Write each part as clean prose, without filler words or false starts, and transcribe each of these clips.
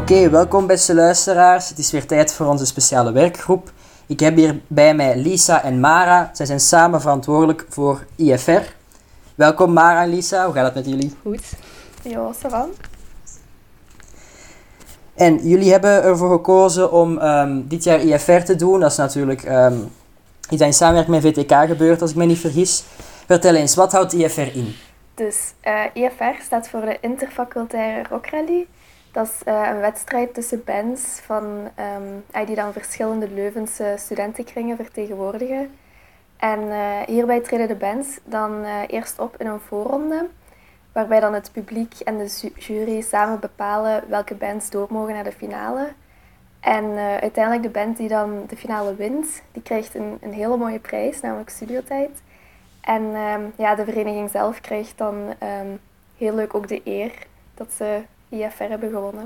Oké, welkom beste luisteraars. Het is weer tijd voor onze speciale werkgroep. Ik heb hier bij mij Lisa en Mara. Zij zijn samen verantwoordelijk voor IFR. Welkom Mara en Lisa, hoe gaat het met jullie? Goed. Ja, ça va. En jullie hebben ervoor gekozen om dit jaar IFR te doen. Dat is natuurlijk iets dat in samenwerking met VTK gebeurt, als ik me niet vergis. Vertel eens, wat houdt IFR in? Dus IFR staat voor de Interfacultaire Rock Rally. Dat is een wedstrijd tussen bands die dan verschillende Leuvense studentenkringen vertegenwoordigen. En hierbij treden de bands dan eerst op in een voorronde, waarbij dan het publiek en de jury samen bepalen welke bands door mogen naar de finale. En uiteindelijk de band die dan de finale wint, die krijgt een hele mooie prijs, namelijk studiotijd. En de vereniging zelf krijgt dan heel leuk ook de eer dat ze IFR hebben gewonnen.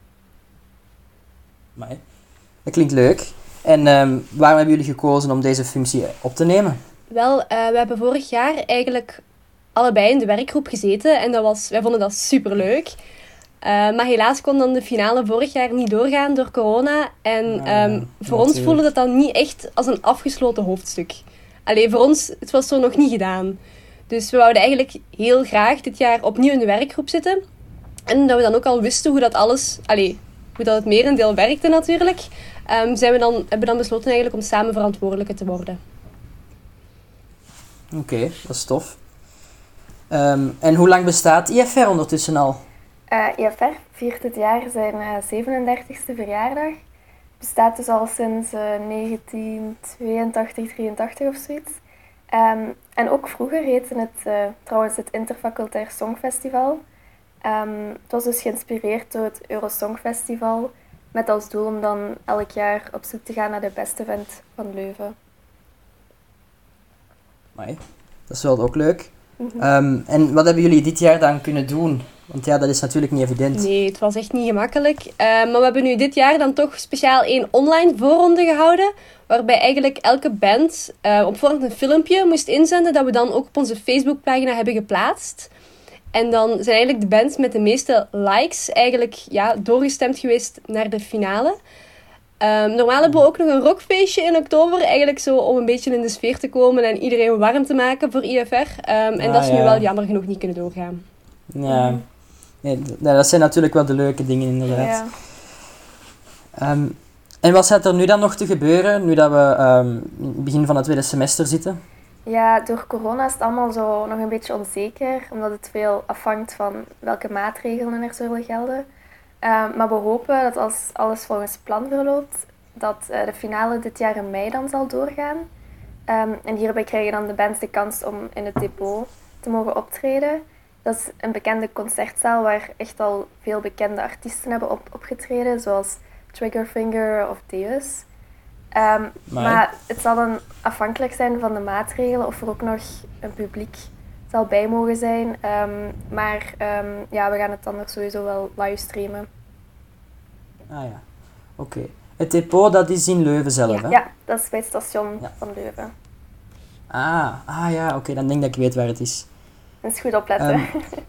Amai, dat klinkt leuk. En waarom hebben jullie gekozen om deze functie op te nemen? Wel, we hebben vorig jaar eigenlijk allebei in de werkgroep gezeten en wij vonden dat superleuk. Maar helaas kon dan de finale vorig jaar niet doorgaan door corona. En voor ons voelde dat dan niet echt als een afgesloten hoofdstuk. Allee, voor ons, het was zo nog niet gedaan. Dus we wouden eigenlijk heel graag dit jaar opnieuw in de werkgroep zitten. En dat we dan ook al wisten hoe dat alles, hoe dat het merendeel werkte natuurlijk, hebben we dan besloten eigenlijk om samen verantwoordelijke te worden. Oké, dat is tof. En hoe lang bestaat IFR ondertussen al? IFR viert dit jaar zijn 37e verjaardag. Bestaat dus al sinds 1982, 83 of zoiets. En ook vroeger heette het trouwens het Interfacultair Songfestival. Het was dus geïnspireerd door het Eurosongfestival, met als doel om dan elk jaar op zoek te gaan naar de beste vent van Leuven. Amai, dat is wel ook leuk. En wat hebben jullie dit jaar dan kunnen doen? Want ja, dat is natuurlijk niet evident. Nee, het was echt niet gemakkelijk. Maar we hebben nu dit jaar dan toch speciaal 1 online voorronde gehouden, waarbij eigenlijk elke band op voorhand een filmpje moest inzenden, dat we dan ook op onze Facebookpagina hebben geplaatst. En dan zijn eigenlijk de bands met de meeste likes eigenlijk doorgestemd geweest naar de finale. Normaal hebben we ook nog een rockfeestje in oktober, eigenlijk zo om een beetje in de sfeer te komen en iedereen warm te maken voor IFR. En dat is nu wel jammer genoeg niet kunnen doorgaan. Ja, nee, dat zijn natuurlijk wel de leuke dingen inderdaad. Ja. En wat staat er nu dan nog te gebeuren, nu dat we in het begin van het tweede semester zitten? Ja, door corona is het allemaal zo nog een beetje onzeker, omdat het veel afhangt van welke maatregelen er zullen gelden. Maar we hopen dat als alles volgens plan verloopt, dat de finale dit jaar in mei dan zal doorgaan. En hierbij krijgen dan de bands de kans om in het depot te mogen optreden. Dat is een bekende concertzaal waar echt al veel bekende artiesten hebben opgetreden, zoals Triggerfinger of Deus. Maar het zal dan afhankelijk zijn van de maatregelen of er ook nog een publiek zal bij mogen zijn. We gaan het dan er sowieso wel livestreamen. Ah ja, oké. Het depot, dat is in Leuven zelf, hè? Ja, dat is bij het station van Leuven. Oké, dan denk ik dat ik weet waar het is. Dat is goed opletten.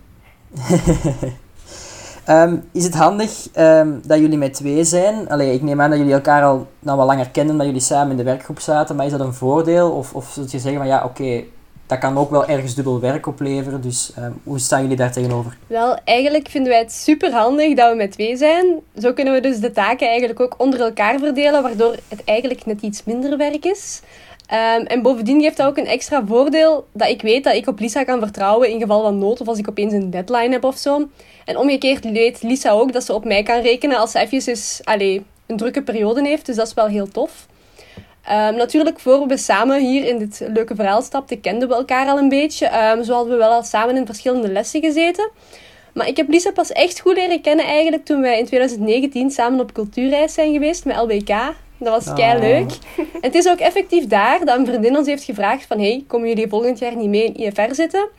Is het handig dat jullie met 2 zijn? Allee, ik neem aan dat jullie elkaar al wat langer kennen, dat jullie samen in de werkgroep zaten, maar is dat een voordeel? Of zult je zeggen van dat kan ook wel ergens dubbel werk opleveren, dus hoe staan jullie daar tegenover? Wel, eigenlijk vinden wij het super handig dat we met 2 zijn. Zo kunnen we dus de taken eigenlijk ook onder elkaar verdelen, waardoor het eigenlijk net iets minder werk is. En bovendien geeft dat ook een extra voordeel dat ik weet dat ik op Lisa kan vertrouwen in geval van nood of als ik opeens een deadline heb of zo. En omgekeerd weet Lisa ook dat ze op mij kan rekenen als ze eventjes een drukke periode heeft, dus dat is wel heel tof. Natuurlijk, voor we samen hier in dit leuke verhaal stapten, kenden we elkaar al een beetje. Zo hadden we wel al samen in verschillende lessen gezeten. Maar ik heb Lisa pas echt goed leren kennen eigenlijk toen wij in 2019 samen op cultuurreis zijn geweest met LBK. Dat was keileuk. En het is ook effectief daar dat een vriendin ons heeft gevraagd van hey, komen jullie volgend jaar niet mee in IFR zitten?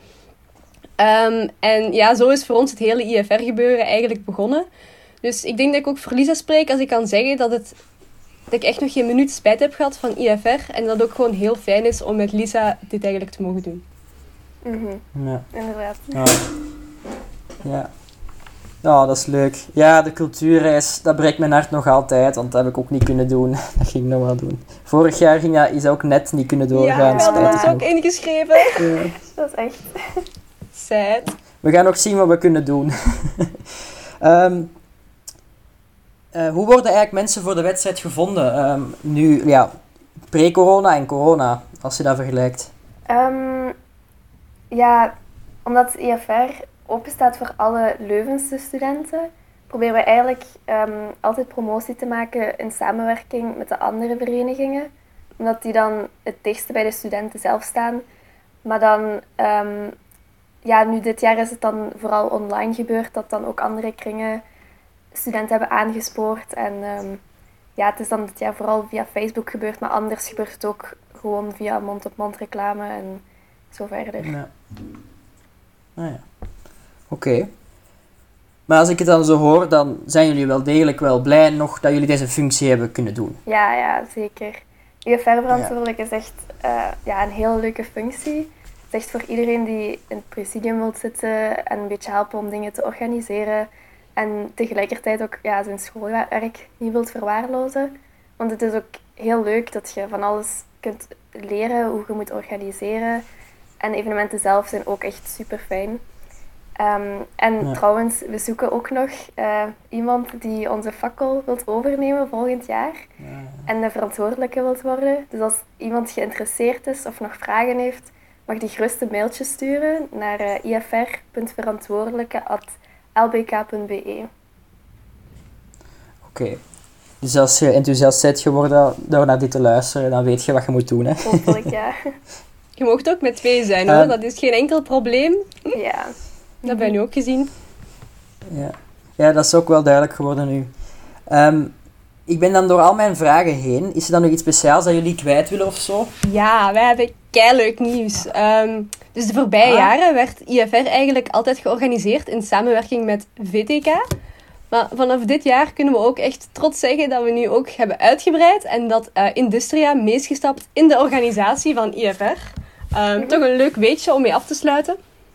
Zo is voor ons het hele IFR-gebeuren eigenlijk begonnen. Dus ik denk dat ik ook voor Lisa spreek als ik kan zeggen dat ik echt nog geen minuut spijt heb gehad van IFR. En dat het ook gewoon heel fijn is om met Lisa dit eigenlijk te mogen doen. Ja. Inderdaad. Ja. Ja, dat is leuk. Ja, de cultuurreis, dat breekt mijn hart nog altijd, want dat heb ik ook niet kunnen doen. Dat ging ik nog wel doen. Vorig jaar is dat ook net niet kunnen doorgaan. Ja, we hadden spijtig ons ook genoeg. ingeschreven. Ja. Dat is echt... Sad. We gaan nog zien wat we kunnen doen. Hoe worden eigenlijk mensen voor de wedstrijd gevonden? Nu, ja, pre-corona en corona, als je dat vergelijkt. Ja, omdat IFR open staat voor alle Leuvense studenten, proberen we eigenlijk altijd promotie te maken in samenwerking met de andere verenigingen. Omdat die dan het dichtste bij de studenten zelf staan. Maar dan, nu dit jaar is het dan vooral online gebeurd, dat dan ook andere kringen studenten hebben aangespoord. En het is dan dit jaar vooral via Facebook gebeurd, maar anders gebeurt het ook gewoon via mond-op-mond reclame en zo verder. Ja. Ja. Oké. Maar als ik het dan zo hoor, dan zijn jullie wel degelijk wel blij nog dat jullie deze functie hebben kunnen doen. Ja, zeker. UFR-verantwoordelijk is echt een heel leuke functie. Het is echt voor iedereen die in het presidium wil zitten en een beetje helpen om dingen te organiseren. En tegelijkertijd ook zijn schoolwerk niet wilt verwaarlozen. Want het is ook heel leuk dat je van alles kunt leren, hoe je moet organiseren. En evenementen zelf zijn ook echt super fijn. Trouwens, we zoeken ook nog iemand die onze fakkel wilt overnemen volgend jaar. Ja. En de verantwoordelijke wilt worden. Dus als iemand geïnteresseerd is of nog vragen heeft, mag die gerust een mailtje sturen naar ifr.verantwoordelijke@lbk.be. Oké. Dus als je enthousiast bent geworden door naar dit te luisteren, dan weet je wat je moet doen, hè? Hopelijk, ja. Je mocht ook met 2 zijn, hoor. Dat is geen enkel probleem. Ja. Dat heb je nu ook gezien. Ja, dat is ook wel duidelijk geworden nu. Ik ben dan door al mijn vragen heen. Is er dan nog iets speciaals dat jullie kwijt willen of zo? Ja, wij hebben keileuk nieuws. Dus de voorbije jaren werd IFR eigenlijk altijd georganiseerd in samenwerking met VTK. Maar vanaf dit jaar kunnen we ook echt trots zeggen dat we nu ook hebben uitgebreid en dat Industria mee is gestapt in de organisatie van IFR. Toch een leuk weetje om mee af te sluiten.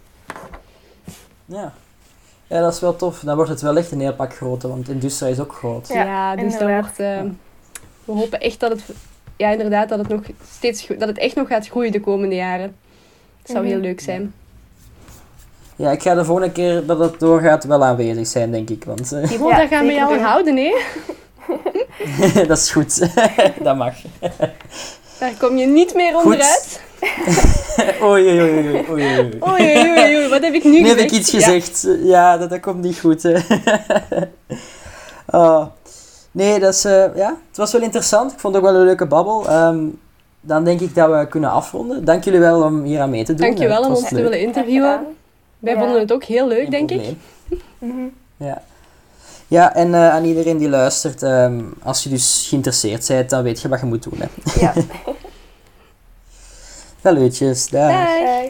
Ja, dat is wel tof. Dan wordt het wel echt een heel pak groter, want Industria is ook groot. Ja, dus dan wordt, we hopen echt dat het, inderdaad, dat het echt nog gaat groeien de komende jaren. Het zou heel leuk zijn. Ja, ik ga de volgende keer dat het doorgaat wel aanwezig zijn, denk ik. Want, Timo, daar gaan we jou aan houden, hè? Dat is goed. Dat mag. Daar kom je niet meer onderuit. Oei, wat heb ik nu gezegd? Nu heb ik iets gezegd. Ja, dat komt niet goed. Nee, dat is, het was wel interessant. Ik vond het ook wel een leuke babbel. Dan denk ik dat we kunnen afronden. Dank jullie wel om hier aan mee te doen. Dank je wel om ons te willen interviewen. Wij vonden het ook heel leuk, denk ik. Ja, en aan iedereen die luistert, als je dus geïnteresseerd bent, dan weet je wat je moet doen. Hè. Ja. Saluutjes, dag. Dag.